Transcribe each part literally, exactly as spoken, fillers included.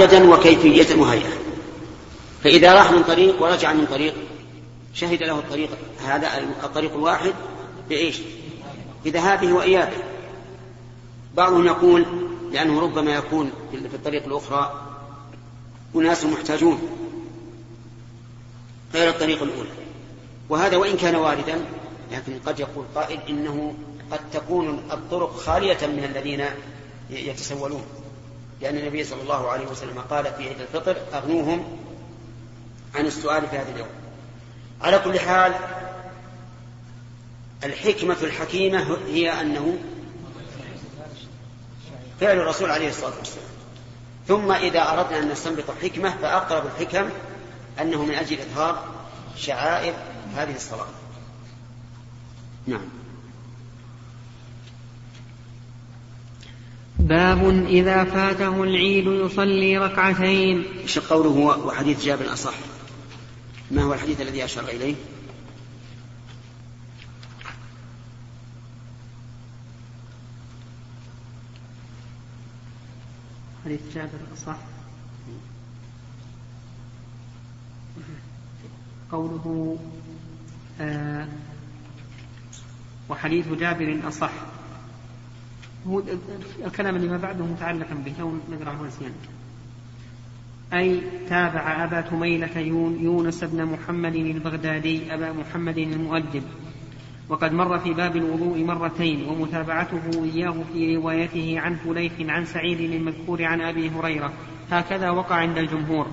عددا وكيفية وهيئة. فإذا راح من طريق ورجع من طريق شهد له الطريق هذا الطريق الواحد بإيش؟ بذهابه وإيابه. بعضهم يقول لأنه ربما يكون في الطريق الأخرى أناس محتاجون غير الطريق الأولى، وهذا وإن كان واردا لكن قد يقول قائل إنه قد تكون الطرق خالية من الذين يتسولون، لأن النبي صلى الله عليه وسلم قال في عيد الفطر أغنوهم عن السؤال في هذا اليوم. على كل حال الحكمة الحكيمة هي أنه فعل الرسول عليه الصلاة والسلام. ثم إذا أردنا أن نستنبط الحكمة فأقرب الحكم أنه من أجل إظهار شعائر هذه الصلاة. نعم. باب إذا فاته العيد يصلي ركعتين. إيش قوله وحديث جابر أصح؟ ما هو الحديث الذي أشار إليه؟ حديث جابر أصح قوله آه وحديث جابر أصح. هو الكلام اللي ما بعده متعلقا به لو نقرأه نسيان. أي تابع أبا تميلة يونس بن محمد البغدادي أبا محمد المؤدب، وقد مر في باب الوضوء مرتين، ومتابعته إياه في روايته عن فليح عن سعيد المذكور عن أبي هريرة، هكذا وقع عند الجمهور.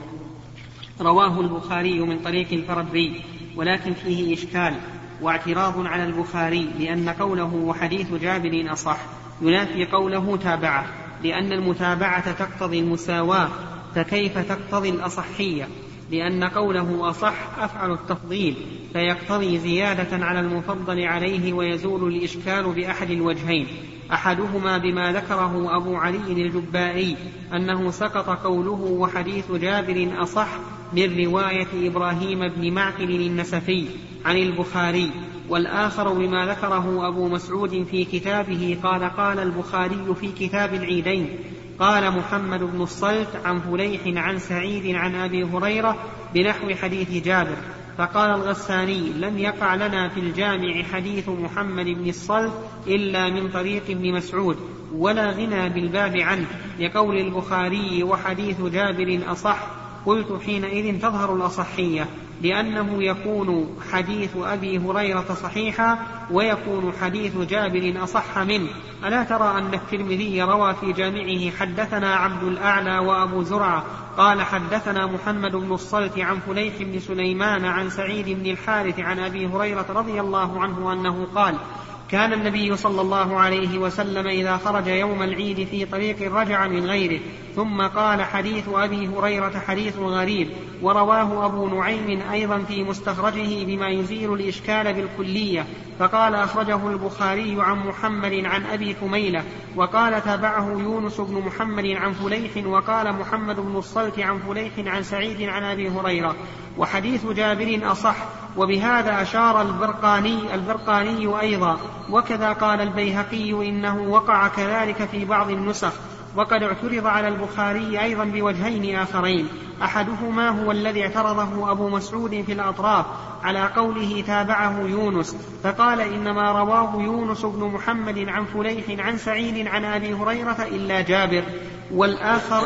رواه البخاري من طريق الفربري، ولكن فيه إشكال واعتراض على البخاري، لأن قوله وحديث جابر أصح ينافي قوله تابعه، لأن المتابعة تقتضي المساواة، فكيف تقتضي الأصحية؟ لأن قوله أصح أفعل التفضيل، فيقتضي زيادة على المفضل عليه، ويزول الإشكال بأحد الوجهين، أحدهما بما ذكره أبو علي الجبائي أنه سقط قوله وحديث جابر أصح من رواية إبراهيم بن معقل النسفي عن البخاري، والآخر بما ذكره أبو مسعود في كتابه قال قال البخاري في كتاب العيدين قال محمد بن الصلت عن فليح عن سعيد عن أبي هريرة بنحو حديث جابر. فقال الغساني لم يقع لنا في الجامع حديث محمد بن الصلت إلا من طريق ابن مسعود، ولا غنى بالباب عنه، لقول البخاري وحديث جابر أصح. قلت حينئذ تظهر الأصحية، لأنه يكون حديث أبي هريرة صحيحا ويكون حديث جابر أصح منه. ألا ترى أن الترمذي روى في جامعه حدثنا عبد الأعلى وأبو زرعة قال حدثنا محمد بن الصلت عن فليح بن سليمان عن سعيد بن الحارث عن أبي هريرة رضي الله عنه أنه قال كان النبي صلى الله عليه وسلم إذا خرج يوم العيد في طريق رجع من غيره. ثم قال حديث أبي هريرة حديث غريب، ورواه أبو نعيم أيضا في مستخرجه بما يزيل الإشكال بالكلية، فقال أخرجه البخاري عن محمد عن أبي تميلة، وقال تابعه يونس بن محمد عن فليح، وقال محمد بن الصلت عن فليح عن سعيد عن أبي هريرة، وحديث جابر أصح. وبهذا أشار البرقاني, البرقاني أيضا، وكذا قال البيهقي إنه وقع كذلك في بعض النسخ. وقد اعترض على البخاري أيضا بوجهين آخرين، أحدهما هو الذي اعترضه أبو مسعود في الأطراف على قوله تابعه يونس، فقال إنما رواه يونس بن محمد عن فليح عن سعيد عن أبي هريرة إلا جابر. والآخر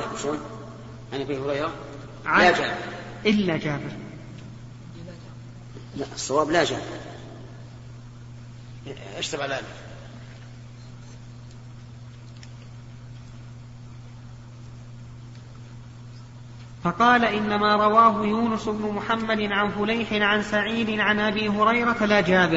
عن أبي هريرة لا جابر إلا جابر. لا، الصواب لا جابر. اشتب على ذلك. فقال إنما رواه يونس بن محمد عن فليح عن سعيد عن أبي هريرة لا جابر.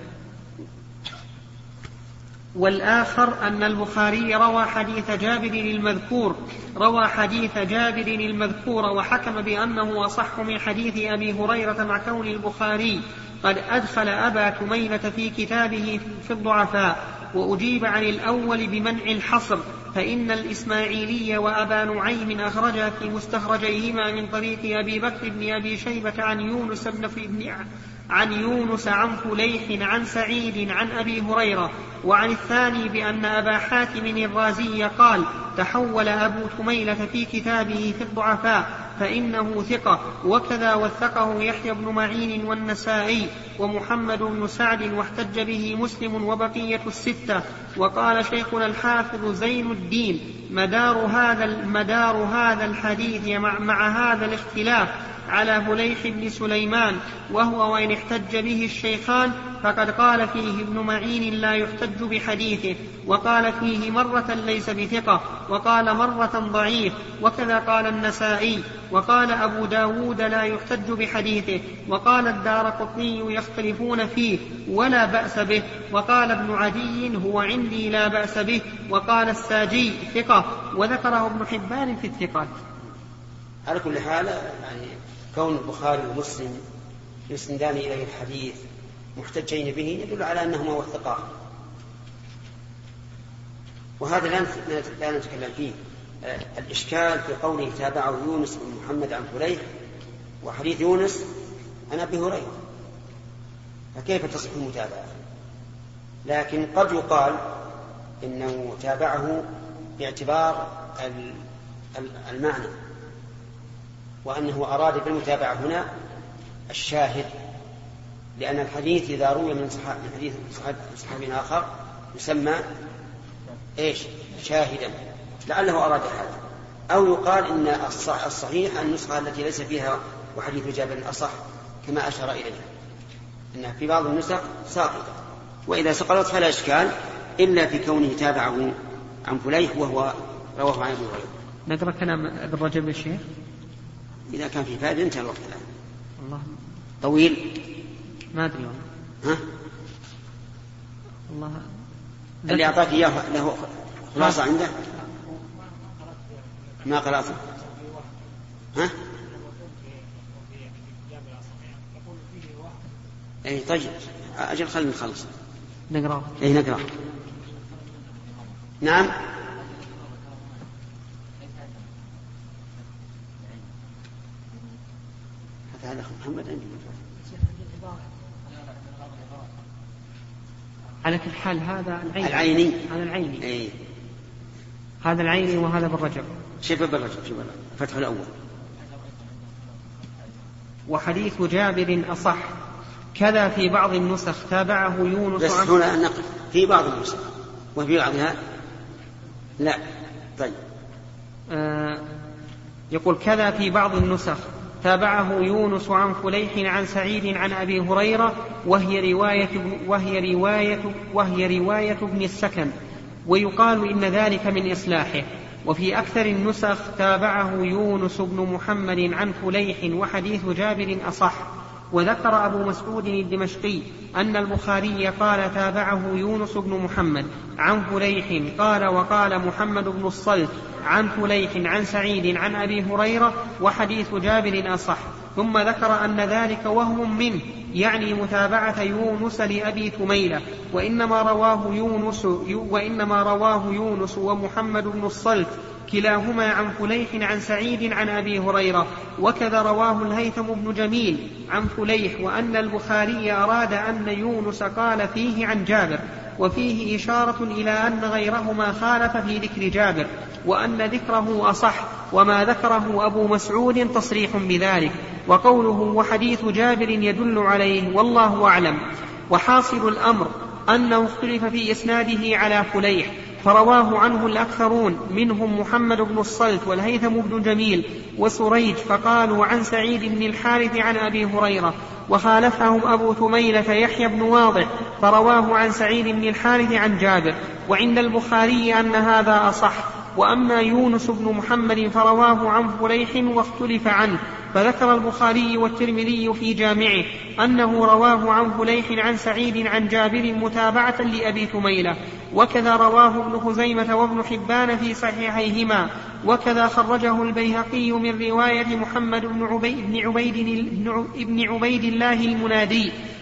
والآخر أن البخاري روى حديث جابر المذكور روى حديث جابر المذكور وحكم بأنه أصح من حديث أبي هريرة، مع كون البخاري قد أدخل أبا تميلة في كتابه في الضعفاء، وأجيب عن الأول بمنع الحصر، فإن الإسماعيلي وأبا نعيم أخرجا في مستخرجيهما من طريق أبي بكر بن أبي شيبة عن يونس بن عن يونس عن فليح عن سعيد عن أبي هريرة، وعن الثاني بأن أبا حاتم الرازي قال: تحول أبو تميلة في كتابه في الضعفاء فإنه ثقة، وكذا وثقه يحيى بن معين والنسائي ومحمد بن سعد، واحتج به مسلم وبقية الستة. وقال شيخنا الحافظ زين الدين: مدار هذا, مدار هذا الحديث مع, مع هذا الاختلاف على فليح بن سليمان، وهو وإن احتج به الشيخان فقد قال فيه ابن معين لا يحتج بحديثه، وقال فيه مرة ليس بثقة، وقال مرة ضعيف، وكذا قال النسائي. وقال أبو داود لا يحتج بحديثه، وقال الدارقطني يختلفون فيه ولا بأس به، وقال ابن عدي هو عندي لا بأس به، وقال الساجي ثقة، وذكره ابن حبان في الثقات. على كل حال يعني كون البخاري ومسلم يسندان إليه الحديث محتجين به يدل على أنهما وثقاه، وهذا لا نتكلم فيه. الإشكال في قوله تابعه يونس بن محمد عن فليح، وحديث يونس عن أبي هريرة، فكيف تصح المتابعة؟ لكن قد يقال إنه تابعه باعتبار المعنى، وأنه أراد بالمتابعة هنا الشاهد، لأن الحديث إذا روي من حديث صحابي آخر يسمى إيش؟ شاهدا، لعله أراد هذا. أو يقال إن الصحيح النسخة التي ليس فيها وحديث جابر أصح، كما أشار إليه إن في بعض النسخ ساقطة، وإذا سقطت فلا إشكال إلا في كونه تابعه عن فليح وهو رواه عن أبي هريرة. نقرأ كلام ابن رجب يا شيخ إذا كان في فائدة. انتهى الوقت الآن. الله طويل ما أدري ها الله اللي أعطاك إياه له خلاصة عنده ما قرأته ها أي طيب أجل خلنا نخلص نقرأ. أي نقرأ. نعم هذا محمد عندي على كل حال. هذا العيني العيني هذا العيني أي. هذا العيني وهذا بالرجب. شوف بالرجب شوف فتح الأول. وحديث جابر أصح كذا في بعض النسخ تابعه يونس. بس هنا نقل في بعض النسخ وفي بعضها لا. طيب آه يقول كذا في بعض النسخ تابعه يونس عن فليح عن سعيد عن أبي هريرة، وهي رواية, وهي رواية, وهي رواية ابن السكن، ويقال إن ذلك من إصلاحه. وفي أكثر النسخ تابعه يونس بن محمد عن فليح، وحديث جابر أصح. وذكر أبو مسعود الدمشقي أن البخاري قال تابعه يونس بن محمد عن فليح قال، وقال محمد بن الصلت عن فليح عن سعيد عن أبي هريرة، وحديث جابر أصح. ثم ذكر أن ذلك وهم منه، يعني متابعة يونس لأبي ثميلة، وإنما رواه يونس, وإنما رواه يونس ومحمد بن الصلت كلاهما عن فليح عن سعيد عن أبي هريرة. وكذا رواه الهيثم بن جميل عن فليح، وأن البخاري أراد أن يونس قال فيه عن جابر، وفيه إشارة إلى أن غيرهما خالف في ذكر جابر، وأن ذكره أصح، وما ذكره أبو مسعود تصريح بذلك. وقوله وحديث جابر يدل عليه، والله أعلم. وحاصل الأمر أنه اختلف في إسناده على فليح، فرواه عنه الأكثرون منهم محمد بن الصلت والهيثم بن جميل وسريج، فقالوا عن سعيد بن الحارث عن أبي هريرة. وخالفهم أبو ثميلة يحيى بن واضح، فرواه عن سعيد بن الحارث عن جابر. وعند البخاري أن هذا أصح. وأما يونس بن محمد فرواه عن فليح واختلف عنه، فذكر البخاري والترمذي في جامعه أنه رواه عن فليح عن سعيد عن جابر متابعة لأبي ثميلة. وكذا رواه ابن خزيمة وابن حبان في صحيحيهما. وكذا خرجه البيهقي من رواية محمد بن عبيد, بن عبيد, بن عبيد الله المنادي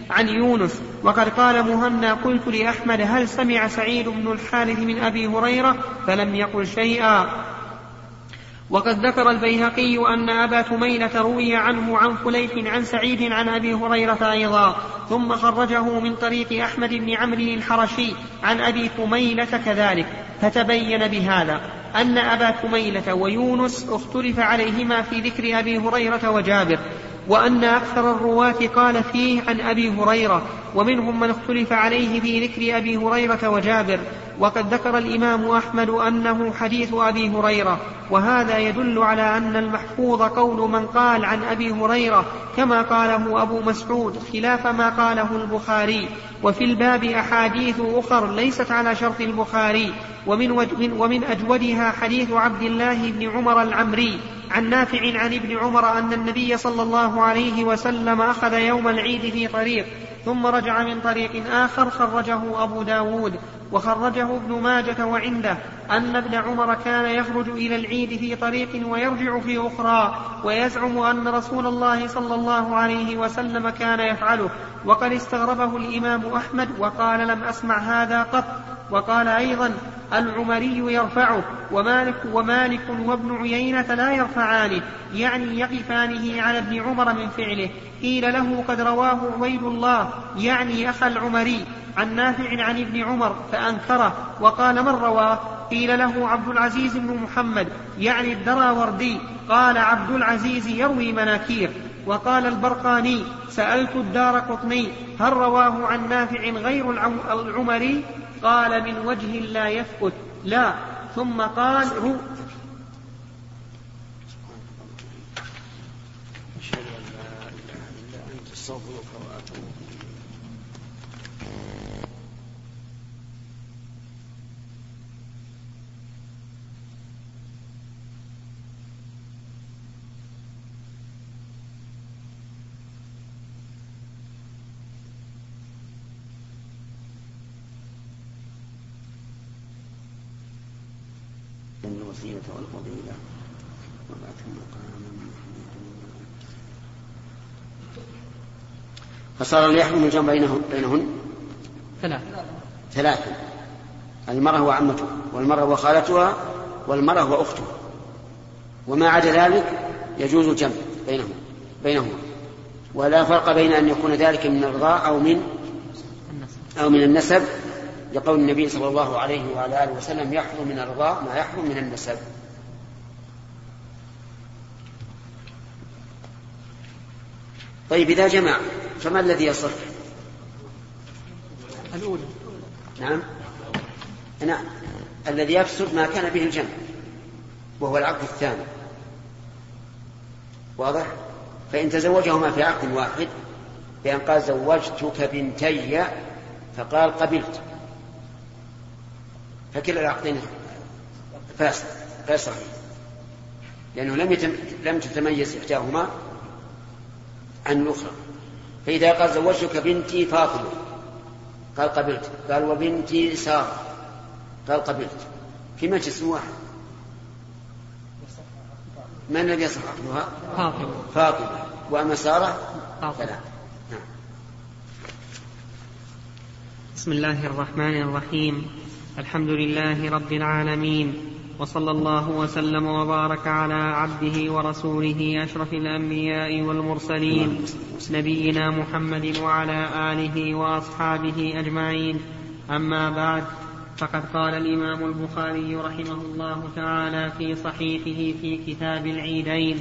عن يونس. وقد قال مهنا قلت لأحمد هل سمع سعيد بن الحارث من أبي هريرة فلم يقل شيئا. وقد ذكر البيهقي أن أبا تميلة روي عنه عن فليح عن سعيد عن أبي هريرة أيضا، ثم خرجه من طريق أحمد بن عمرو الحرشي عن أبي تميلة كذلك. فتبين بهذا أن أبا تميلة ويونس اختلف عليهما في ذكر أبي هريرة وجابر، وأن أكثر الرواة قال فيه عن أبي هريرة، ومنهم من اختلف عليه في ذكر أبي هريرة وجابر. وقد ذكر الإمام أحمد أنه حديث أبي هريرة، وهذا يدل على أن المحفوظ قول من قال عن أبي هريرة كما قاله أبو مسعود خلاف ما قاله البخاري. وفي الباب أحاديث أخر ليست على شرط البخاري، ومن, ومن أجودها حديث عبد الله بن عمر العمري عن نافع عن ابن عمر أن النبي صلى الله عليه وسلم أخذ يوم العيد في طريق ثم رجع من طريق آخر خرجه أبو داود وخرجه ابن ماجة، وعنده أن ابن عمر كان يخرج إلى العيد في طريق ويرجع في أخرى، ويزعم أن رسول الله صلى الله عليه وسلم كان يفعله. وقد استغربه الإمام أحمد وقال لم أسمع هذا قط. وقال أيضا العمري يرفعه، ومالك, ومالك وابن عيينة لا يرفعانه، يعني يقفانه على ابن عمر من فعله. قيل له قد رواه عبيد الله يعني أخا العمري عن نافع عن ابن عمر فأنكره، وقال من رواه؟ قيل له عبد العزيز بن محمد يعني الدراوردي. قال عبد العزيز يروي مناكير. وقال البرقاني سألت الدارقطني هل رواه عن نافع غير العمري؟ قال من وجه لا يثبت لا. ثم قال رو الوصية والفضيلة وبعث مقاما. فصار يحرم الجمع بينهن, بينهن ثلاث ثلاثة: المرأة وعمتها، والمرأة وخالتها، والمرأة وأختها، وما عدا ذلك يجوز الجمع بينهم بينهما، ولا فرق بين أن يكون ذلك من الرضاع أو من أو من النسب، لقول النبي صلى الله عليه وعلى آله وسلم يحرم من الرضاع ما يحرم من النسب. طيب إذا جمع فما الذي يصح؟ الأولى. نعم نعم الذي يفسد ما كان به الجمع وهو العقد الثاني، واضح؟ فإن تزوجهما في عقد واحد بأن قال زوجتك بنتي فقال قبلت، فكلا العقدين فاسد غير صحيح، لأنه لم يتم لم تتميز إحداهما عن الأخرى. فإذا قال زوجتك بنتي فاطمة قال قبلت، قال وبنتي سارة قال قبلت، في مجلس واحد، من الذي يصح عقدها؟ فاطمة. فاطمة. وأما سارة فلا. نعم. بسم الله الرحمن الرحيم. الحمد لله رب العالمين، وصلى الله وسلم وبارك على عبده ورسوله أشرف الأنبياء والمرسلين نبينا محمد وعلى آله وأصحابه أجمعين. أما بعد، فقد قال الإمام البخاري رحمه الله تعالى في صحيحه في كتاب العيدين: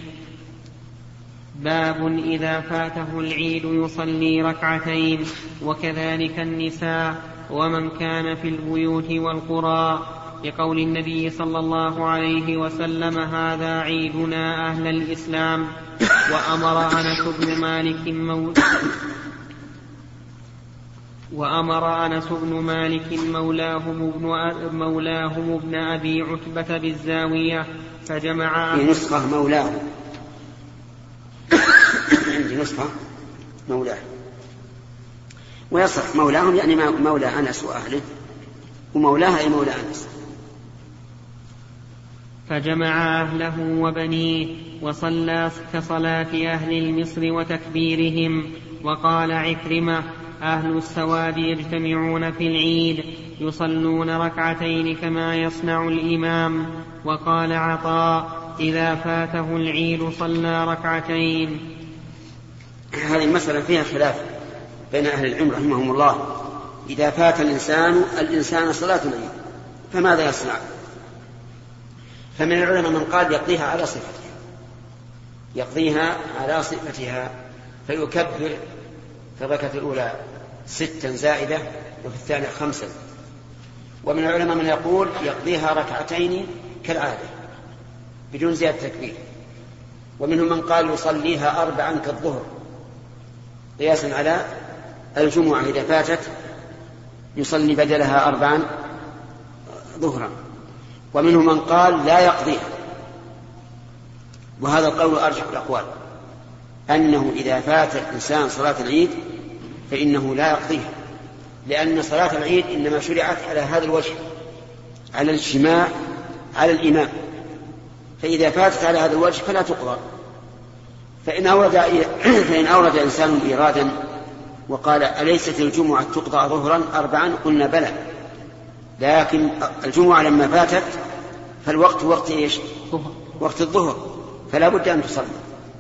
باب إذا فاته العيد يصلي ركعتين، وكذلك النساء ومن كان في البيوت والقرى، لقول النبي صلى الله عليه وسلم: هذا عيدنا أهل الإسلام. وأمر أنس بن مالك مولى وأمر أنس بن مالك مولاهم ابن مولاهم ابن أبي عتبة بالزاوية فجمع. في نسخة مولاه، عندي نسخة مولاه، ويصح مولاهم يعني مولى أنس وأهله، ومولاه أي مولى أنس. فجمع أهله وبنيه وصلى كصلاة أهل المصر وتكبيرهم. وقال عكرمة: أهل السواد يجتمعون في العيد يصلون ركعتين كما يصنع الإمام. وقال عطاء إذا فاته العيد صلى ركعتين. هذه المسألة فيها خلاف بين أهل العلم رحمهم الله. إذا فات الإنسان الإنسان صلاة العيد فماذا يصنع؟ فمن العلماء من قال يقضيها على صفتها يقضيها على صفتها فيكبر في الركعة الأولى ستا زائدة وفي الثانية خمسا. ومن العلماء من يقول يقضيها ركعتين كالعادة بدون زيادة تكبير. ومنهم من قال يصليها أربعا كالظهر قياسا على الجمعة إذا فاتت يصلي بدلها أربعا ظهرا. ومنهم من قال لا يقضيها، وهذا القول أرجح الأقوال، أنه إذا فات الإنسان صلاة العيد فإنه لا يقضيها، لأن صلاة العيد إنما شرعت على هذا الوجه، على الاجتماع على الإمام، فإذا فاتت على هذا الوجه فلا تقضى. فإن أورد, فإن أورد إنسان إيرادا وقال أليست الجمعة تقضى ظهرا أربعا؟ قلنا بلى، لكن الجمعة لما فاتت فالوقت وقت إيش؟ وقت الظهر، فلا بد أن تصلي.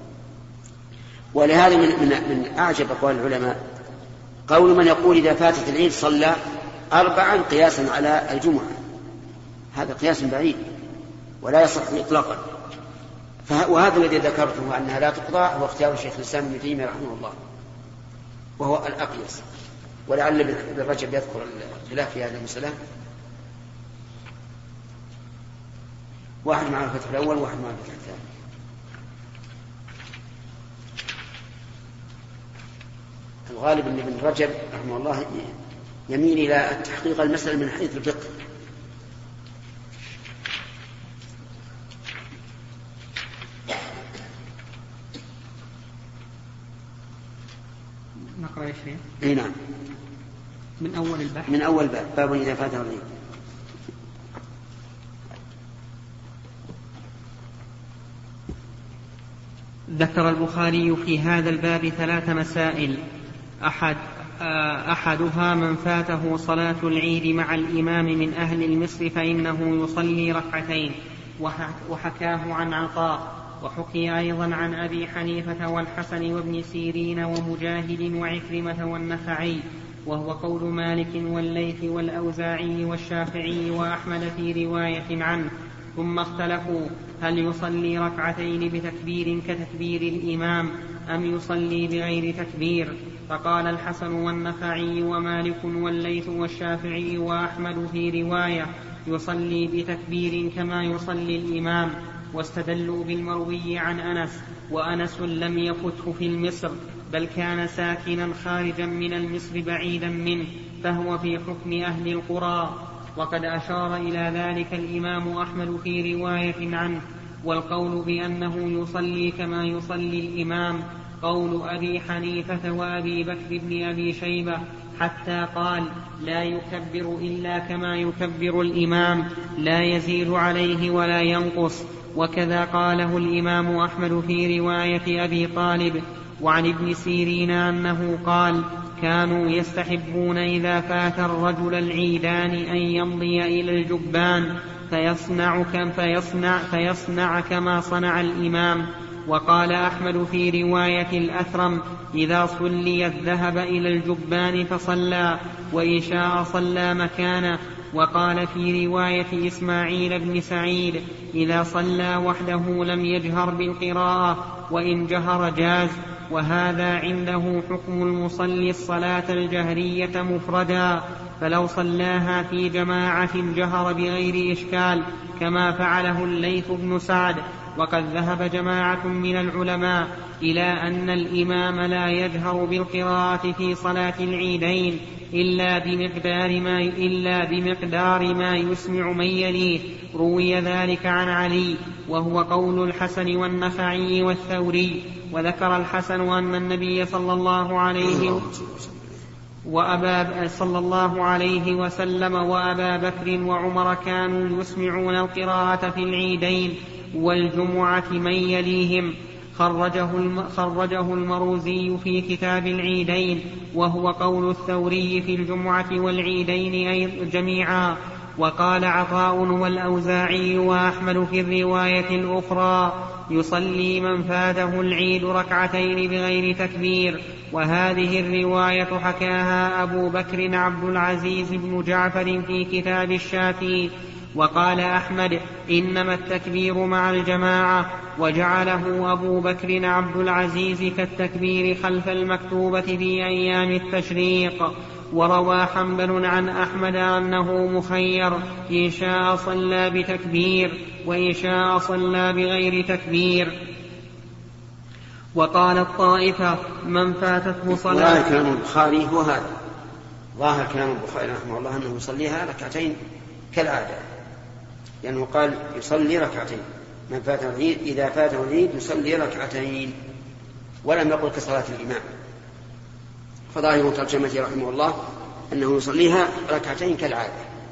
ولهذا من, من, من أعجب أقوال العلماء قول من يقول إذا فاتت العيد صلى أربعا قياسا على الجمعة. هذا قياس بعيد ولا يصح إطلاقا. وهذا الذي ذكرته أنها لا تقضى هو اختيار الشيخ الإسلام ابن تيمية رحمه الله، وهو الأقيس. ولعل ابن رجب يذكر الخلاف في هذه المسألة. واحد مع الفتح الأول وواحد مع الفتح الثاني. الغالب أن ابن رجب رحمه الله يميل إلى التحقيق المسألة من حيث الفقه. نقرأ يا شيخ. اي نعم. من أول الباب. من أول باب باب إذا فاته العيد. ذكر البخاري في هذا الباب ثلاث مسائل. أحد أحدها من فاته صلاة العيد مع الإمام من أهل المصر فإنه يصلي ركعتين، وحكاه عن عطاء. وحكي أيضا عن أبي حنيفة والحسن وابن سيرين ومجاهد وعكرمة والنخعي، وهو قول مالك والليث والأوزاعي والشافعي وأحمد في رواية عنه. ثم اختلفوا هل يصلي ركعتين بتكبير كتكبير الإمام أم يصلي بغير تكبير، فقال الحسن والنخعي ومالك والليث والشافعي وأحمد في رواية يصلي بتكبير كما يصلي الإمام. واستدلوا بالمروي عن أنس، وأنس لم يفته في المصر بل كان ساكنا خارجا من المصر بعيدا منه، فهو في حكم أهل القرى. وقد أشار إلى ذلك الإمام أحمد في رواية عنه. والقول بأنه يصلي كما يصلي الإمام قول أبي حنيفة وأبي بكر بن أبي شيبة، حتى قال لا يكبر إلا كما يكبر الإمام لا يزيد عليه ولا ينقص. وكذا قاله الإمام أحمد في رواية أبي طالب. وعن ابن سيرين أنه قال كانوا يستحبون إذا فات الرجل العيدان أن يمضي إلى الجبان فيصنع, فيصنع, فيصنع كما صنع الإمام. وقال أحمد في رواية الأثرم إذا صلي الذهب إلى الجبان فصلى، وإن شاء صلى مكانه. وقال في رواية إسماعيل بن سعيد إذا صلى وحده لم يجهر بالقراءة، وإن جهر جاز. وهذا عنده حكم المصلي الصلاة الجهرية مفردا، فلو صلاها في جماعة جهر بغير إشكال كما فعله الليث بن سعد. وقد ذهب جماعة من العلماء إلى أن الإمام لا يجهر بالقراءة في صلاة العيدين إلا بمقدار ما, إلا بمقدار ما يسمع من يليه. روي ذلك عن علي، وهو قول الحسن والنخعي والثوري. وذكر الحسن أن النبي صلى الله عليه وأبا صلى الله عليه وسلم وأبا بكر وعمر كانوا يسمعون القراءة في العيدين والجمعة من يليهم، خرجه, خرجه المروزي في كتاب العيدين، وهو قول الثوري في الجمعة والعيدين جميعا. وقال عطاء والأوزاعي وأحمد في الرواية الأخرى: يصلي من فاته العيد ركعتين بغير تكبير. وهذه الرواية حكاها أبو بكر عبد العزيز بن جعفر في كتاب الشافي. وقال أحمد: إنما التكبير مع الجماعة، وجعله أبو بكر عبد العزيز كالتكبير خلف المكتوبة في أيام التشريق. وروى حنبل عن أحمد أنه مخير، إن شاء صلى بتكبير وإن شاء صلى بغير تكبير. وقال الطائفة: من فاتته صلاة. ظاهر كلام البخاري هو هذا، ظاهر كلام البخاري رحمه الله أنه يصليها ركعتين كالعادة، لأنه يعني قال يصلي ركعتين، من فاته العيد إذا فاته العيد يصلي ركعتين، ولم يقل كصلاة الإمام. فظاهر ترجمة رحمه الله أنه يصليها ركعتين كالعادة.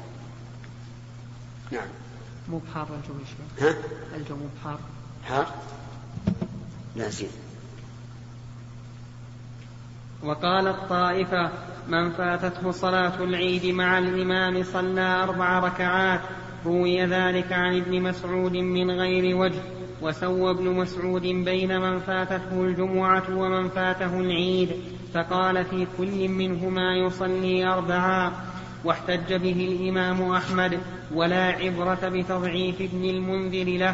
نعم. مو بحار الجو ها؟ الجو مو بحار. حار؟ لا زين. وقال الطائفة: من فاتته صلاة العيد مع الإمام صلى أربع ركعات. روي ذلك عن ابن مسعود من غير وجه. وسوى ابن مسعود بين من فاتته الجمعة ومن فاته العيد، فقال في كل منهما يصلي أربعا. واحتج به الإمام أحمد، ولا عبرة بتضعيف ابن المنذر له،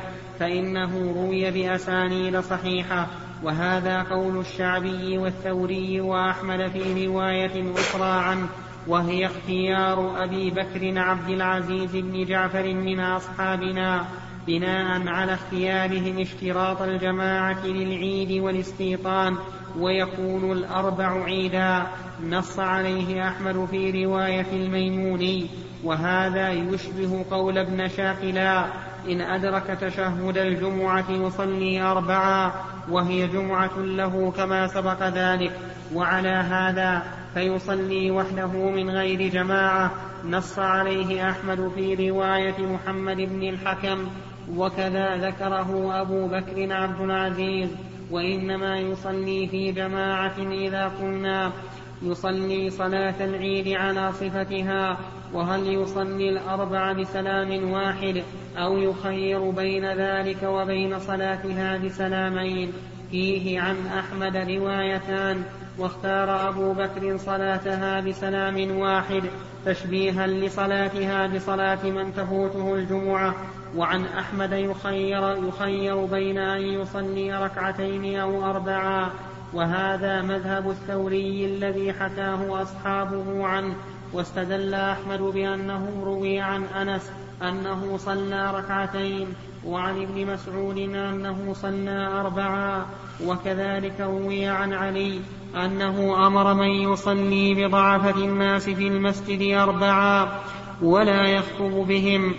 فإنه روي بأسانيد صحيحة. وهذا قول الشعبي والثوري وأحمد في رواية أخرى عنه، وهي اختيار أبي بكر عبد العزيز بن جعفر من أصحابنا، بناء على اختيارهم اشتراط الجماعة للعيد والاستيطان، ويكون الأربع عيدا. نص عليه أحمد في رواية الميموني. وهذا يشبه قول ابن شاقلا: إن أدرك تشهد الجمعة يصلي أربعا، وهي جمعة له كما سبق ذلك. وعلى هذا فيصلي وحده من غير جماعة. نص عليه أحمد في رواية محمد بن الحكم، وكذا ذكره أبو بكر عبد العزيز. وإنما يصلي في جماعة إذا قلنا يصلي صلاة العيد على صفتها. وهل يصلي الأربع بسلام واحد أو يخير بين ذلك وبين صلاتها بسلامين؟ فيه عن أحمد روايتان، واختار أبو بكر صلاتها بسلام واحد تشبيها لصلاتها بصلاة من تفوته الجمعة. وعن أحمد يخير, يخير بين أن يصلي ركعتين أو أربعا. وهذا مذهب الثوري الذي حكاه أصحابه عنه. واستدل أحمد بأنه روي عن أنس أنه صلى ركعتين، وعن ابن مسعود أنه صلى أربعا. وكذلك روي عن علي أنه أمر من يصلي بضعفة الناس في المسجد أربعا ولا يخطب بهم.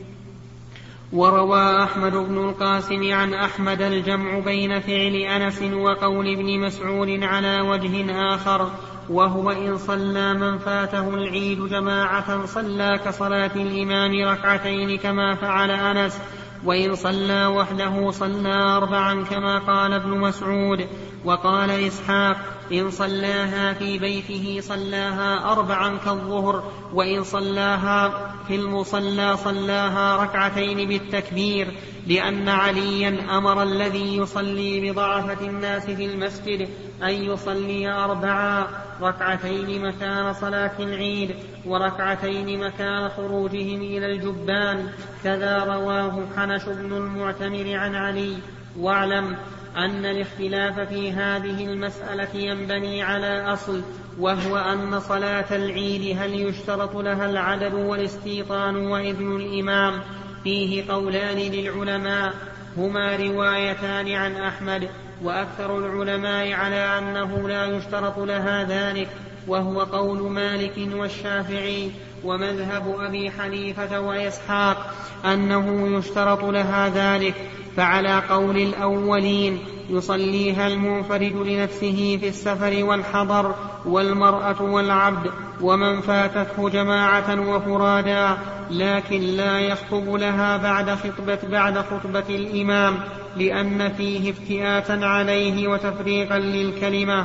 وروى أحمد بن القاسم عن أحمد الجمع بين فعل أنس وقول ابن مسعود على وجه آخر، وهو إن صلى من فاته العيد جماعة صلى كصلاة الإمام ركعتين كما فعل أنس، وإن صلى وحده صلى أربعا كما قال ابن مسعود. وقال إسحاق: إن صلاها في بيته صلاها أربعا كالظهر، وإن صلاها في المصلى صلاها ركعتين بالتكبير، لأن عليا أمر الذي يصلي بضعفة الناس في المسجد أن يصلي أربعا، ركعتين مكان صلاة العيد وركعتين مكان خروجهم إلى الجبان. كذا رواه حنش بن المعتمر عن علي. واعلم أن الاختلاف في هذه المسألة ينبني على أصل، وهو أن صلاة العيد هل يشترط لها العدد والاستيطان وإذن الإمام؟ فيه قولان للعلماء، هما روايتان عن أحمد، وأكثر العلماء على أنه لا يشترط لها ذلك، وهو قول مالك والشافعي ومذهب أبي حنيفة وإسحاق أنه يشترط لها ذلك. فعلى قول الأولين يصليها المنفرد لنفسه في السفر والحضر والمرأة والعبد ومن فاتته جماعة وفرادا، لكن لا يخطب لها بعد خطبة, بعد خطبة الإمام. لأن فيه افتئاتا عليه وتفريقا للكلمة.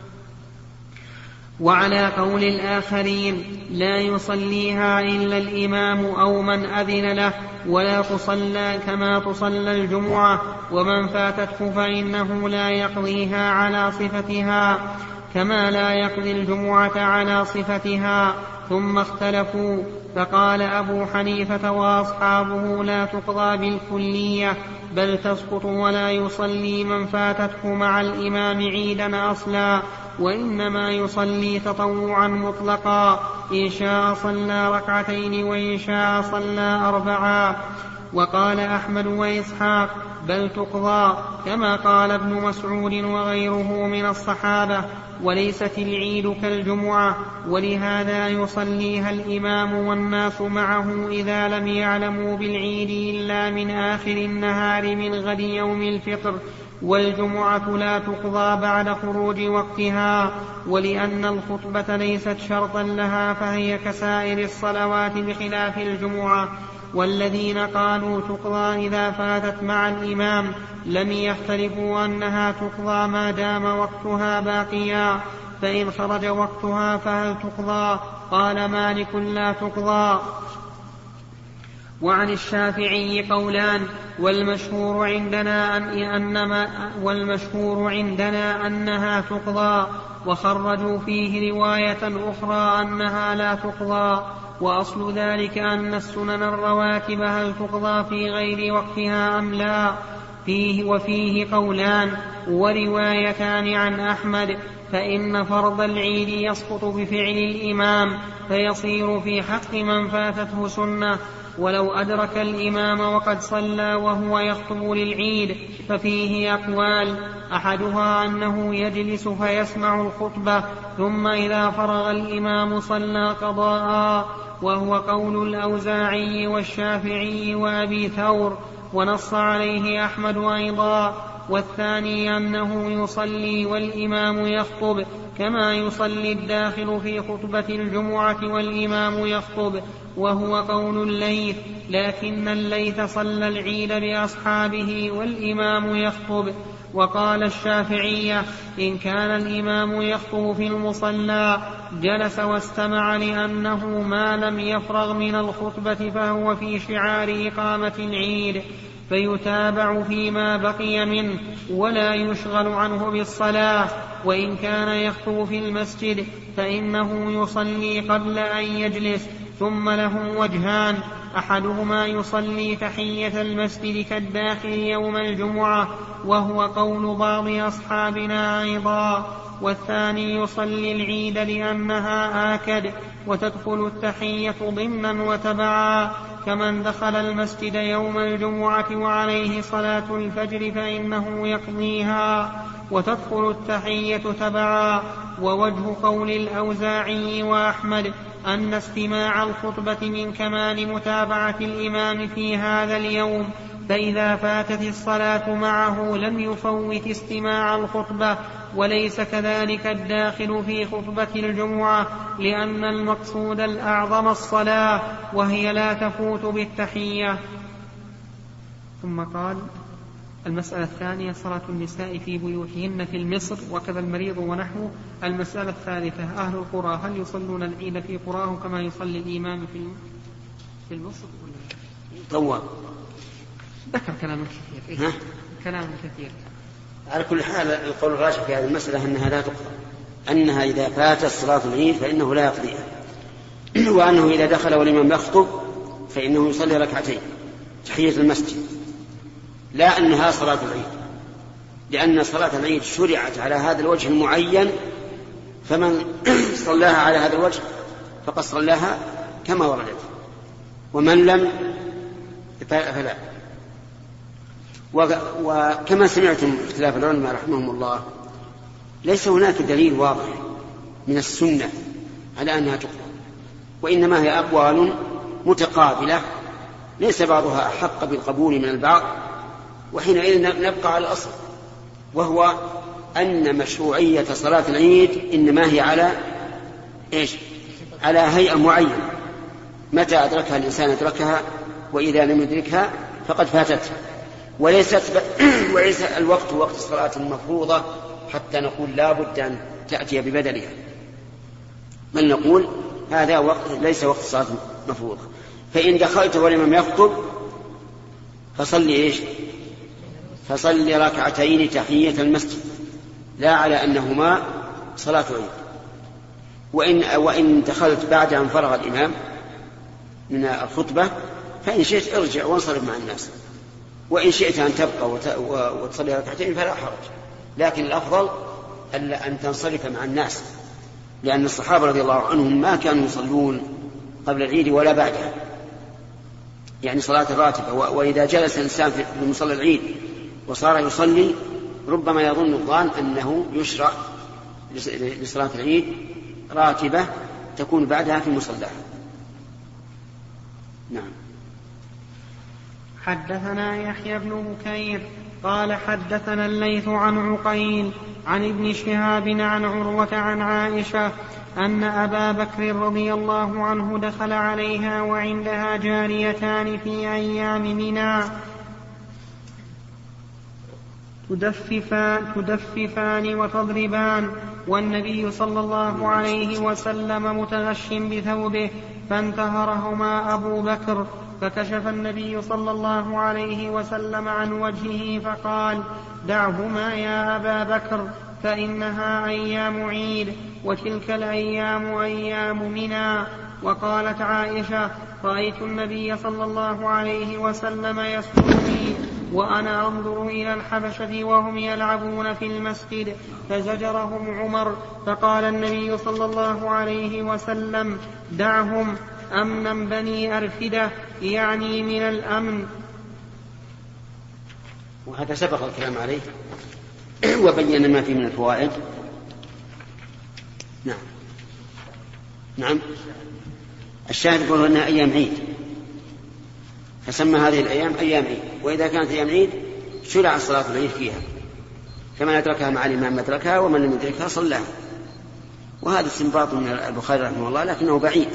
وعلى قول الآخرين لا يصليها إلا الإمام أو من أذن له، ولا تصلى كما تصلى الجمعة، ومن فاتته فإنه لا يقضيها على صفتها كما لا يقضي الجمعة على صفتها. ثم اختلفوا، فقال أبو حنيفة وأصحابه لا تقضى بالكلية، بل تسقط، ولا يصلي من فاتته مع الإمام عيدا أصلا، وإنما يصلي تطوعا مطلقا، إن شاء صلى ركعتين وإن شاء صلى أربعا. وقال أحمد وإسحاق بل تقضى، كما قال ابن مسعود وغيره من الصحابة، وليست العيد كالجمعة، ولهذا يصليها الإمام والناس معه إذا لم يعلموا بالعيد إلا من آخر النهار من غد يوم الفطر. والجمعة لا تقضى بعد خروج وقتها، ولأن الخطبة ليست شرطا لها فهي كسائر الصلوات بخلاف الجمعة. والذين قالوا تقضى إذا فاتت مع الإمام لم يختلفوا أنها تقضى ما دام وقتها باقيا، فإن خرج وقتها فهل تقضى؟ قال مالك لا تقضى. وعن الشافعي قولان، والمشهور عندنا, أن أنما والمشهور عندنا أنها تقضى، وخرجوا فيه رواية أخرى أنها لا تقضى. وأصل ذلك أن السنن الرواتب هل تقضى في غير وقتها أم لا؟ فيه وفيه قولان وروايتان عن أحمد، فإن فرض العيد يسقط بفعل الإمام فيصير في حق من فاتته سنة، ولو أدرك الإمام وقد صلى وهو يخطب للعيد ففيه أقوال، أحدها أنه يجلس فيسمع الخطبة ثم إذا فرغ الإمام صلى قضاء، وهو قول الأوزاعي والشافعي وأبي ثور، ونص عليه أحمد أيضا. والثاني أنه يصلي والإمام يخطب كما يصلي الداخل في خطبة الجمعة والإمام يخطب، وهو قول الليث، لكن الليث صلى العيد بأصحابه والإمام يخطب. وقال الشافعية إن كان الإمام يخطب في المصلى جلس واستمع، لأنه ما لم يفرغ من الخطبة فهو في شعار إقامة العيد، فيتابع فيما بقي منه ولا يشغل عنه بالصلاة. وإن كان يخطب في المسجد فإنه يصلي قبل أن يجلس. ثم لهم وجهان، أحدهما يصلي تحية المسجد كالداخل يوم الجمعة، وهو قول بعض أصحابنا أيضا، والثاني يصلي العيد لأنها آكد، وتدخل التحية ضمنا وتبعا، كمن دخل المسجد يوم الجمعة وعليه صلاة الفجر فإنه يقضيها، وتدخل التحية تبعا. ووجه قول الأوزاعي وأحمد أن استماع الخطبة من كمال متابعة الإمام في هذا اليوم، فإذا فاتت الصلاة معه لم يفوت استماع الخطبة، وليس كذلك الداخل في خطبة الجمعة، لأن المقصود الأعظم الصلاة، وهي لا تفوت بالتحية. ثم قال المسألة الثانية صلاة النساء في بيوتهن في مصر وكذا المريض ونحوه. المسألة الثالثة أهل القرى هل يصلون العيد في قراهم كما يصلي الإمام في المصر؟ طوال ذكر كلام كثير. إيه؟ كلام كثير. على كل حال القول الراجح في هذه المسألة أنها لا تقضى، أنها إذا فاتت صلاة العيد فإنه لا يقضيها، وأنه إذا دخل والإمام يخطب فإنه يصلي ركعتين تحية المسجد، لا أنها صلاة العيد، لأن صلاة العيد شرعت على هذا الوجه المعين، فمن صلاها على هذا الوجه فقد صلاها كما وردت، ومن لم فلا. وكما سمعتم اختلاف العلماء رحمهم الله، ليس هناك دليل واضح من السنة على أنها تقضى، وإنما هي أقوال متقابلة ليس بعضها أحق بالقبول من البعض، وحينئذ نبقى على الأصل، وهو أن مشروعية صلاة العيد إنما هي على إيش؟ على هيئة معينة، متى أدركها الإنسان أدركها، وإذا لم يدركها فقد فاتته. وليست وليس الوقت وقت الصلاة المفروضة حتى نقول لا بد أن تأتي ببدلها، بل نقول هذا وقت ليس وقت الصلاة المفروضة. فإن دخلت والإمام يخطب فصلي إيش؟ فصلي ركعتين تحية المسجد، لا على أنهما صلاة عيد. وإن, وإن دخلت بعد أن فرغ الإمام من الخطبة فإن شئت ارجع وانصرف مع الناس، وإن شئت أن تبقى وتصلي ركعتين فلا حرج، لكن الأفضل أن تنصرف مع الناس، لأن الصحابة رضي الله عنهم ما كانوا يصلون قبل العيد ولا بعدها، يعني صلاة الراتبة. وإذا جلس الإنسان في مصلى العيد وصار يصلي ربما يظن الظان أنه يشرع لصلاة العيد راتبة تكون بعدها في مصلاه. نعم. حدثنا يحيى بن بكير قال حدثنا الليث عن عقيل عن ابن شهاب عن عروة عن عائشة أن أبا بكر رضي الله عنه دخل عليها وعندها جاريتان في أيام منى تدففان, تدففان وتضربان، والنبي صلى الله عليه وسلم متغش بثوبه، فانتهرهما أبو بكر، فكشف النبي صلى الله عليه وسلم عن وجهه فقال: دعهما يا أبا بكر فإنها أيام عيد، وتلك الأيام أيام منى. وقالت عائشة: رأيت النبي صلى الله عليه وسلم يسجدني وأنا أنظر إلى الحبشة وهم يلعبون في المسجد، فزجرهم عمر، فقال النبي صلى الله عليه وسلم: دعهم، أمنا بني أرفدة، يعني من الأمن. وهذا سبق الكلام عليه وبين ما فيه من الفوائد. نعم نعم الشاهد يقول أنها أيام عيد، فسمى هذه الأيام أيام عيد، وإذا كانت أيام عيد شرع الصلاة العيد فيها، فمن أدركها مع الإمام أدركها ومن لم يدركها صلاها. وهذا استنباط من البخاري رحمه الله لكنه بعيد.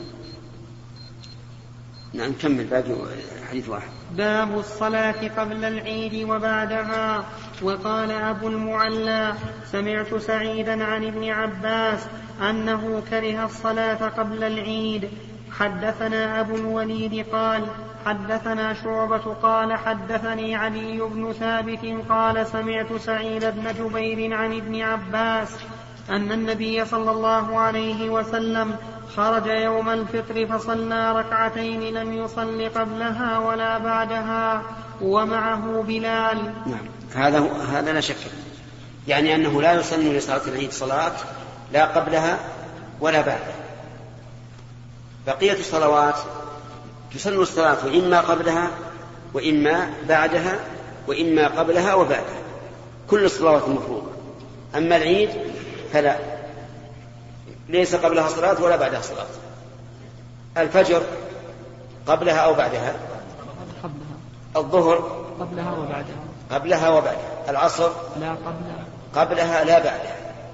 نعم كمل باقي حديث واحد. باب الصلاة قبل العيد وبعدها. وقال أبو المعلى: سمعت سعيدا عن ابن عباس أنه كره الصلاة قبل العيد. حدثنا أبو الوليد قال حدثنا شعبة قال حدثني علي بن ثابت قال سمعت سعيد بن جبير عن ابن عباس أن النبي صلى الله عليه وسلم خرج يوم الفطر فصلى ركعتين لم يصل قبلها ولا بعدها ومعه بلال. نعم هذا هذا لا شك، يعني أنه لا يسن لصلاة العيد صلاة لا قبلها ولا بعدها. بقية الصلوات تسن الصلاة إما قبلها وإما بعدها وإما قبلها وبعدها، كل الصلوات المفروضة. أما العيد فلا، ليس قبلها صلاة ولا بعدها صلاة. الفجر قبلها أو بعدها؟ قبلها. الظهر قبلها وبعدها. قبلها وبعدها. العصر لا قبلها. قبلها لا بعدها.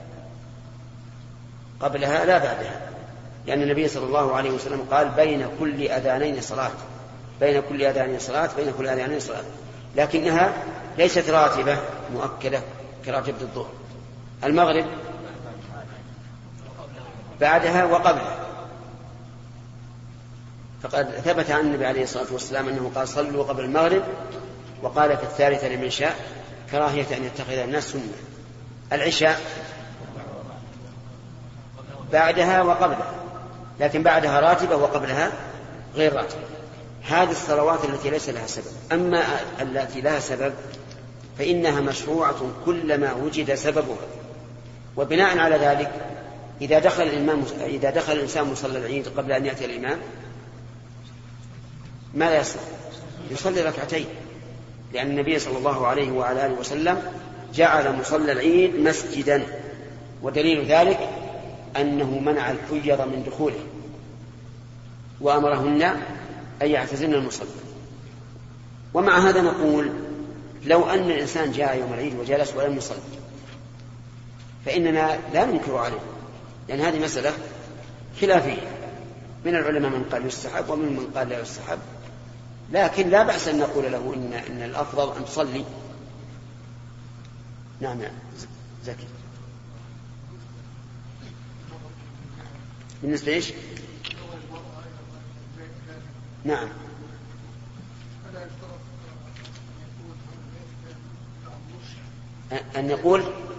قبلها لا بعدها، لأن النبي صلى الله عليه وسلم قال: بين كل أذانين صلاة، بين كل أذانين صلاة، بين كل أذانين صلاة، لكنها ليست راتبة مؤكدة كراتبة الظهر. المغرب بعدها وقبلها، فقد ثبت عن النبي عليه الصلاة والسلام أنه قال: صلوا قبل المغرب، وقال في الثالثة لمن شاء كراهية أن يتخذ الناس سنة. العشاء بعدها وقبلها، لكن بعدها راتبة وقبلها غير راتبة. هذه الصلوات التي ليس لها سبب. أما التي لها سبب فإنها مشروعة كلما وجد سببها. وبناء على ذلك إذا دخل الإمام إذا دخل الإنسان مصلى العيد قبل أن يأتي الإمام ماذا يصنع؟ يصلي ركعتين، لأن النبي صلى الله عليه وعلى آله وسلم جعل مصلى العيد مسجدا، ودليل ذلك أنه منع الحيض من دخوله وأمرهن أن يعتزلن المصلى. ومع هذا نقول: لو أن الإنسان جاء يوم العيد وجلس ولم يصلي فإننا لا ننكر عليه، لأن هذه مسألة خلافية، من العلماء من قال يستحب ومن من قال لا يستحب، لكن لا بأس أن نقول له إن, إن الأفضل أن تصلي. نعم يا زكي. بالنسبة إيش؟ نعم. أن يقول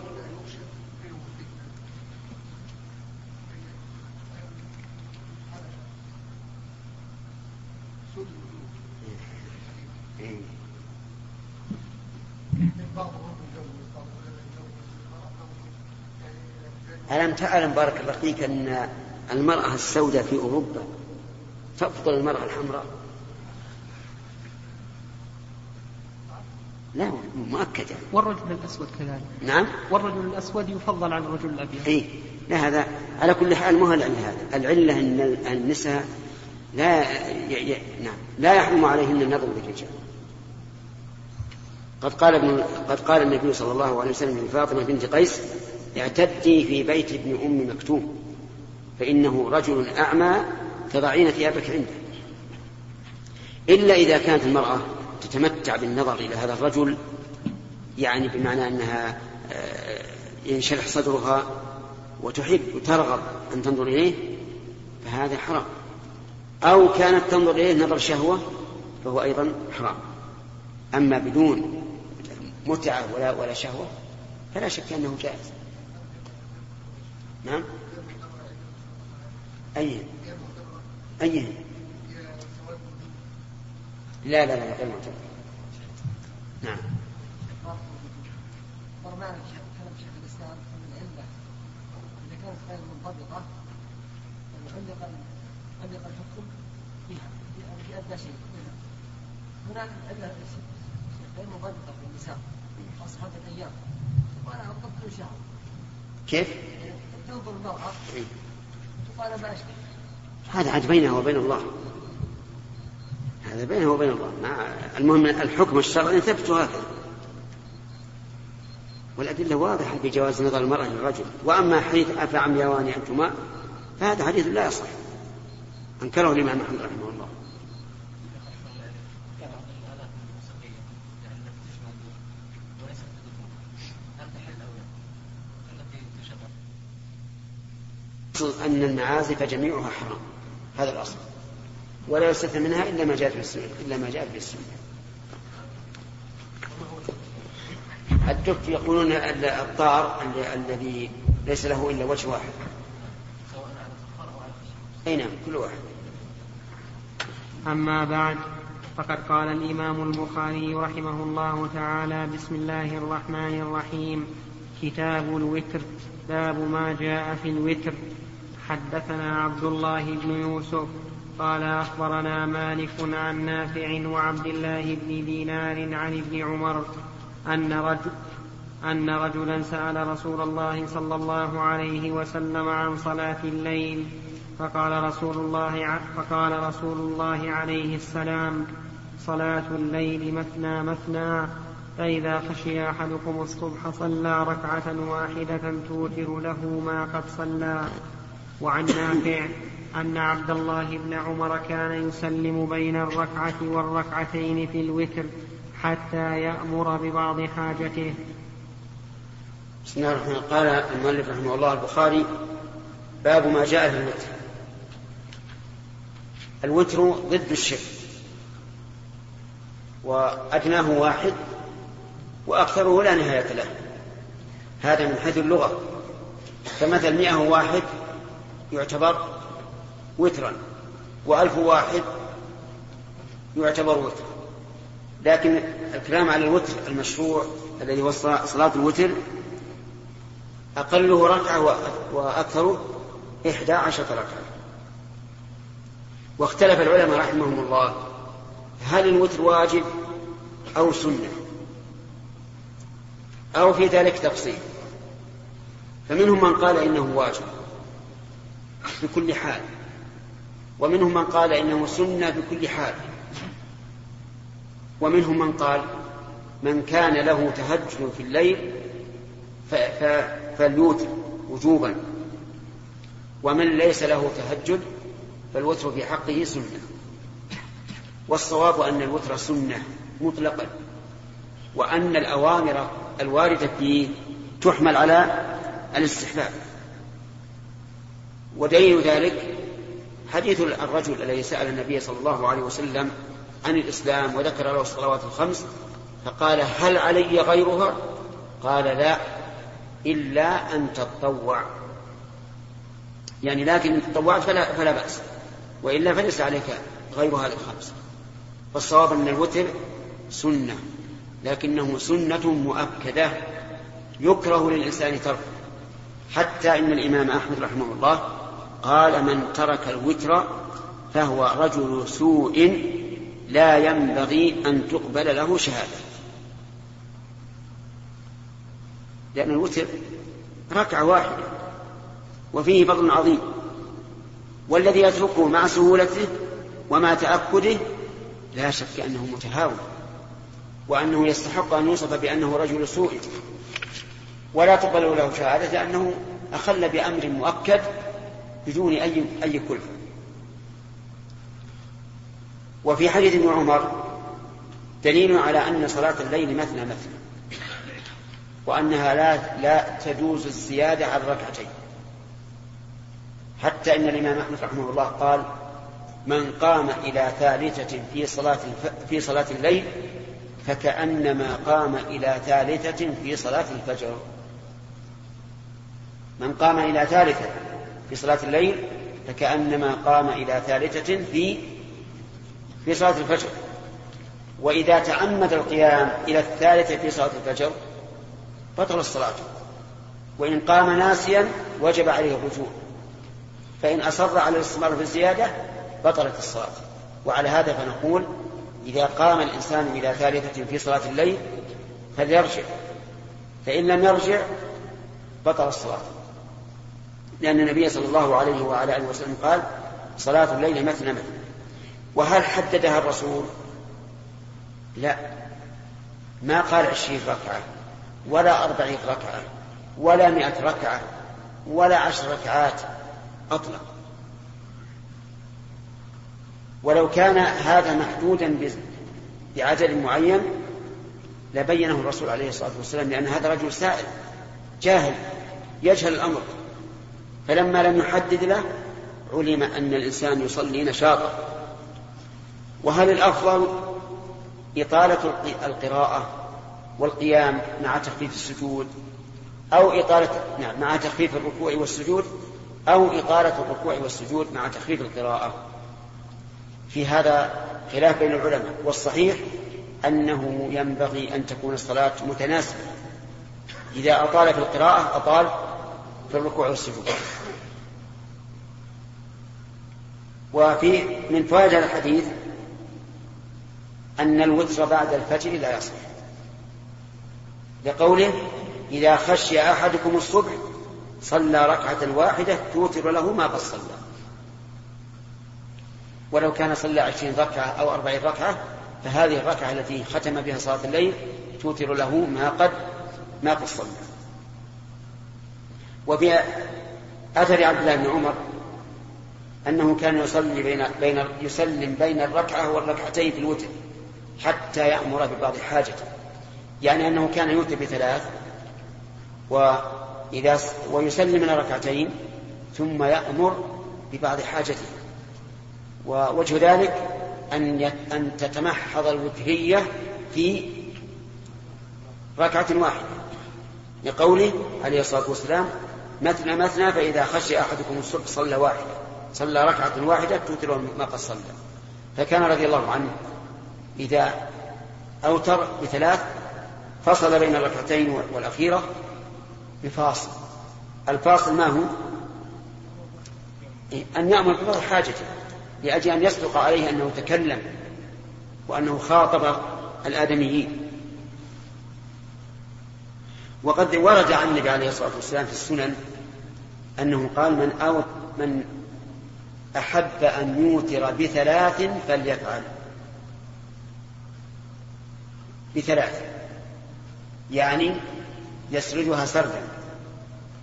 ألم تعلم بارك الله فيك أن المرأة السوداء في أوروبا تفضل المرأة الحمراء؟ لا مؤكد يعني. والرجل الأسود كذلك. نعم. والرجل الأسود يفضل عن الرجل الأبيض. إيه لا هذا على كل حال مهل عن هذا. العلة أن النساء لا ي... ي... نعم لا يحرم عليهن النظر للرجال. قد قال ابن... قد قال النبي صلى الله عليه وسلم لفاطمة بنت قيس اعتدي في بيت ابن أم مكتوم فإنه رجل أعمى تضعين ثيابك عنده. إلا إذا كانت المرأة تتمتع بالنظر إلى هذا الرجل يعني بمعنى أنها ينشرح صدرها وتحب وترغب أن تنظر إليه فهذا حرام، أو كانت تنظر إليه نظر شهوة فهو أيضا حرام. أما بدون متعة ولا, ولا شهوة فلا شك أنه جائز. نعم. أيه أيه لا لا لا غير معتبر. نعم. برنامج كلام شيخ الإسلام من العلة إذا كانت غير منضبطة علق علق الحكم فيها في أدنى شيء. هناك العلة غير منضبطة في النساء أصحاب الأيام وأنا أضبط كل شهر. كيف؟ تنظر المرأة وأنا ما أشتري. هذا عاد بينه وبين الله، هذا بينه وبين الله. مع المهم الحكم الشرعي ثبت هكذا، والأدلة واضحة بجواز نظر المرأة للرجل. وأما حديث أفعميوان أنتما فهذا حديث لا يصح، أنكره الإمام أحمد رحمه الله. أن المعازف جميعها حرام، هذا الأصل، ولا يستثنى منها إلا ما جاء في السنة إلا ما جاء في السنة. الدف يقولون الطار الذي ليس له إلا وجه واحد. أي نعم كل واحد. أما بعد فقد قال الإمام البخاري رحمه الله تعالى: بسم الله الرحمن الرحيم. كتاب الوتر. باب ما جاء في الوتر. حدثنا عبد الله بن يوسف قال أخبرنا مالك عن نافع وعبد الله بن دينار عن ابن عمر أن رجل أن رجلا سأل رسول الله صلى الله عليه وسلم عن صلاة الليل فقال رسول الله فقال رسول الله عليه السلام: صلاة الليل مثنى مثنى، فإذا خشي أحدكم الصبح صلى ركعة واحدة توتر له ما قد صلى. وعن نافع أن عبد الله بن عمر كان يسلم بين الركعة والركعتين في الوتر حتى يأمر ببعض حاجته. بسم الله الرحمن الرحيم. قال المؤلف رحمه الله البخاري: باب ما جاء في الوتر. الوتر ضد الشرك، وأدناه واحد وأكثره لا نهاية له. هذا من حيث اللغة، فمثل مئة واحد يعتبر وترا، وألف واحد يعتبر وتر. لكن الكلام على الوتر المشروع الذي هو صلاة الوتر أقله ركعة وأكثره إحدى عشرة ركعة. واختلف العلماء رحمهم الله هل الوتر واجب أو سنة، أو في ذلك تفصيل. فمنهم من قال إنه واجب بكل حال، ومنهم من قال إنه سنة بكل حال، ومنهم من قال من كان له تهجد في الليل فالوتر وجوبا، ومن ليس له تهجد فالوتر في حقه سنة. والصواب أن الوتر سنة مطلقا، وأن الأوامر الواردة فيه تحمل على الاستحباب. ودليل ذلك حديث الرجل الذي سأل النبي صلى الله عليه وسلم عن الإسلام وذكر له الصلوات الخمس فقال هل علي غيرها؟ قال لا، إلا أن تتطوع، يعني لكن إن تطوعت فلا, فلا بأس، وإلا فليس عليك غير هذه الخمس. فالصواب أن الوتر سنة، لكنه سنة مؤكدة يكره للإنسان تركه، حتى إن الإمام أحمد رحمه الله قال من ترك الوتر فهو رجل سوء لا ينبغي أن تقبل له شهادة، لأن الوتر ركعة واحدة وفيه فضل عظيم، والذي يتركه مع سهولته ومع تأكده لا شك أنه متهاون، وأنه يستحق أن يوصف بأنه رجل سوء ولا تقبل له شهادة، لأنه أخل بأمر مؤكد بدون أي أي كلفة. وفي حديث ابن عمر دليل على أن صلاة الليل مثنى مثنى، وأنها لا لا تجوز الزيادة على الركعتين، حتى إن الإمام أحمد رحمه الله قال من قام إلى ثالثة في صلاة في صلاة الليل فكأنما قام إلى ثالثة في صلاة الفجر. من قام إلى ثالثة في صلاة الليل فكأنما قام إلى ثالثة في في صلاة الفجر. وإذا تعمد القيام إلى الثالثة في صلاة الفجر بطل الصلاة، وإن قام ناسيا وجب عليه الرجوع، فإن أصر على الاستمرار في الزيادة بطلت الصلاة. وعلى هذا فنقول إذا قام الإنسان إلى ثالثة في صلاة الليل فليرجع، فإن لم يرجع بطل الصلاة، لأن النبي صلى الله عليه وعلى آله وسلم قال صلاة الليل مثنى مثنى. وهل حددها الرسول؟ لا، ما قال عشرين ركعة ولا أربعين ركعة ولا مئة ركعة ولا عشر ركعات، أطلق. ولو كان هذا محدودا بعدد معين لبينه الرسول عليه الصلاة والسلام، لأن هذا رجل سائل جاهل يجهل الأمر، فلما لم يحدد له علم أن الإنسان يصلي نشاطا. وهل الأفضل إطالة القراءة والقيام مع تخفيف السجود، أو إطالة نعم مع تخفيف الركوع والسجود، أو إطالة الركوع والسجود مع تخفيف القراءة؟ في هذا خلاف بين العلماء، والصحيح أنه ينبغي أن تكون الصلاة متناسبة، إذا أطال في القراءة أطال في الركوع والسجود. وفي من فوائد هذا الحديث أن الوتر بعد الفجر لا يصح، لقوله إذا خشي أحدكم الصبح صلى ركعة واحدة توتر له ما قد صلى. ولو كان صلى عشرين ركعة أو أربعين ركعة فهذه الركعة التي ختم بها صلاة الليل توتر له ما قد ما قد صلى. وفي أثر عبد الله بن عمر أنه كان يصلي بين بين يسلم بين الركعة والركعتين في الوتر حتى يأمر ببعض حاجته، يعني أنه كان يوتر بثلاث وإذا ويسلم من الركعتين ثم يأمر ببعض حاجته. ووجه ذلك أن أن تتمحض الوترية في ركعة واحدة، لقوله عليه الصلاة والسلام مثنى مثنى فإذا خشي أحدكم الصبح صلى واحدة صلى ركعة واحدة توتر ما قد صلى. فكان رضي الله عنه إذا أوتر بثلاث فصل بين الركعتين والأخيرة بفاصل. الفاصل ما هو؟ أن يأمر ببعض حاجته لأجل أن يصدق عليه أنه تكلم وأنه خاطب الآدميين. وقد ورد عن النبي عليه الصلاة والسلام في السنن أنه قال من أو من أحب أن يوتر بثلاث فليفعل. بثلاث يعني يسردها سردا.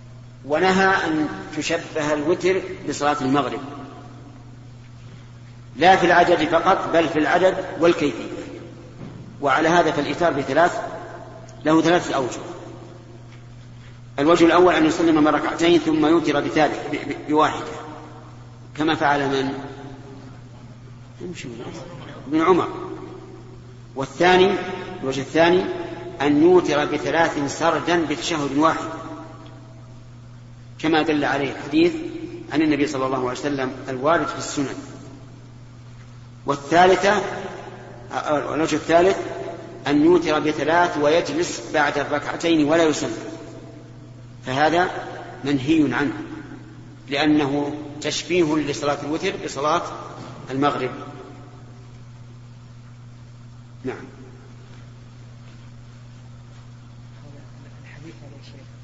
ونهى أن تشبه الوتر بصلاة المغرب، لا في العدد فقط بل في العدد والكيفية. وعلى هذا فالإيتار بثلاث له ثلاثة أوجه. الوجه الأول أن يسلم من ركعتين ثم يوتر بثالث بواحدة كما فعل من ابن عمر. والثاني الوجه الثاني أن يوتر بثلاث سردا بتشهد واحد كما دل عليه الحديث عن النبي صلى الله عليه وسلم الوارد في السنن. والثالثة الوجه الثالث أن يوتر بثلاث ويجلس بعد الركعتين ولا يسلم، فهذا منهي عنه لأنه تشبيه لصلاة الوتر بصلاة المغرب. نعم. الحديث هذا يا شيخ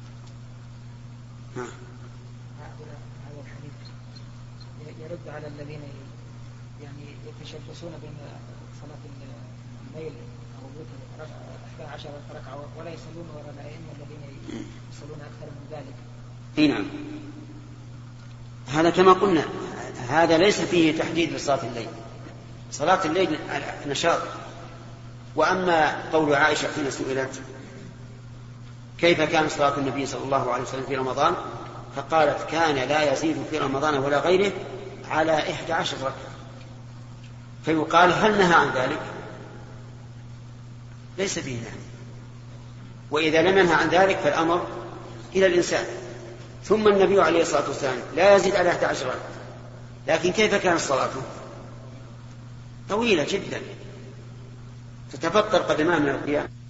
ها. هذا الحديث يرد على الذين يعني يتشبثون بين صلاة الليل أو الوتر أحد عشر ركعة ولا يصلون ولا الأئمة الذين يصلون أكثر من ذلك. اي نعم، هذا كما قلنا هذا ليس فيه تحديد لصلاة الليل. صلاة الليل نشاط. وأما قول عائشة حين سئلت كيف كان صلاة النبي صلى الله عليه وسلم في رمضان فقالت كان لا يزيد في رمضان ولا غيره على إحدى عشر ركعة، فيقال هل نهى عن ذلك؟ ليس فيه نهي. وإذا لم ينهى عن ذلك فالأمر إلى الإنسان. ثم النبي عليه الصلاة والسلام لا يزيد على إحدى عشر ركعة، لكن كيف كانت صلاته؟ طويلة جدا تتفطر قدمان من القيام.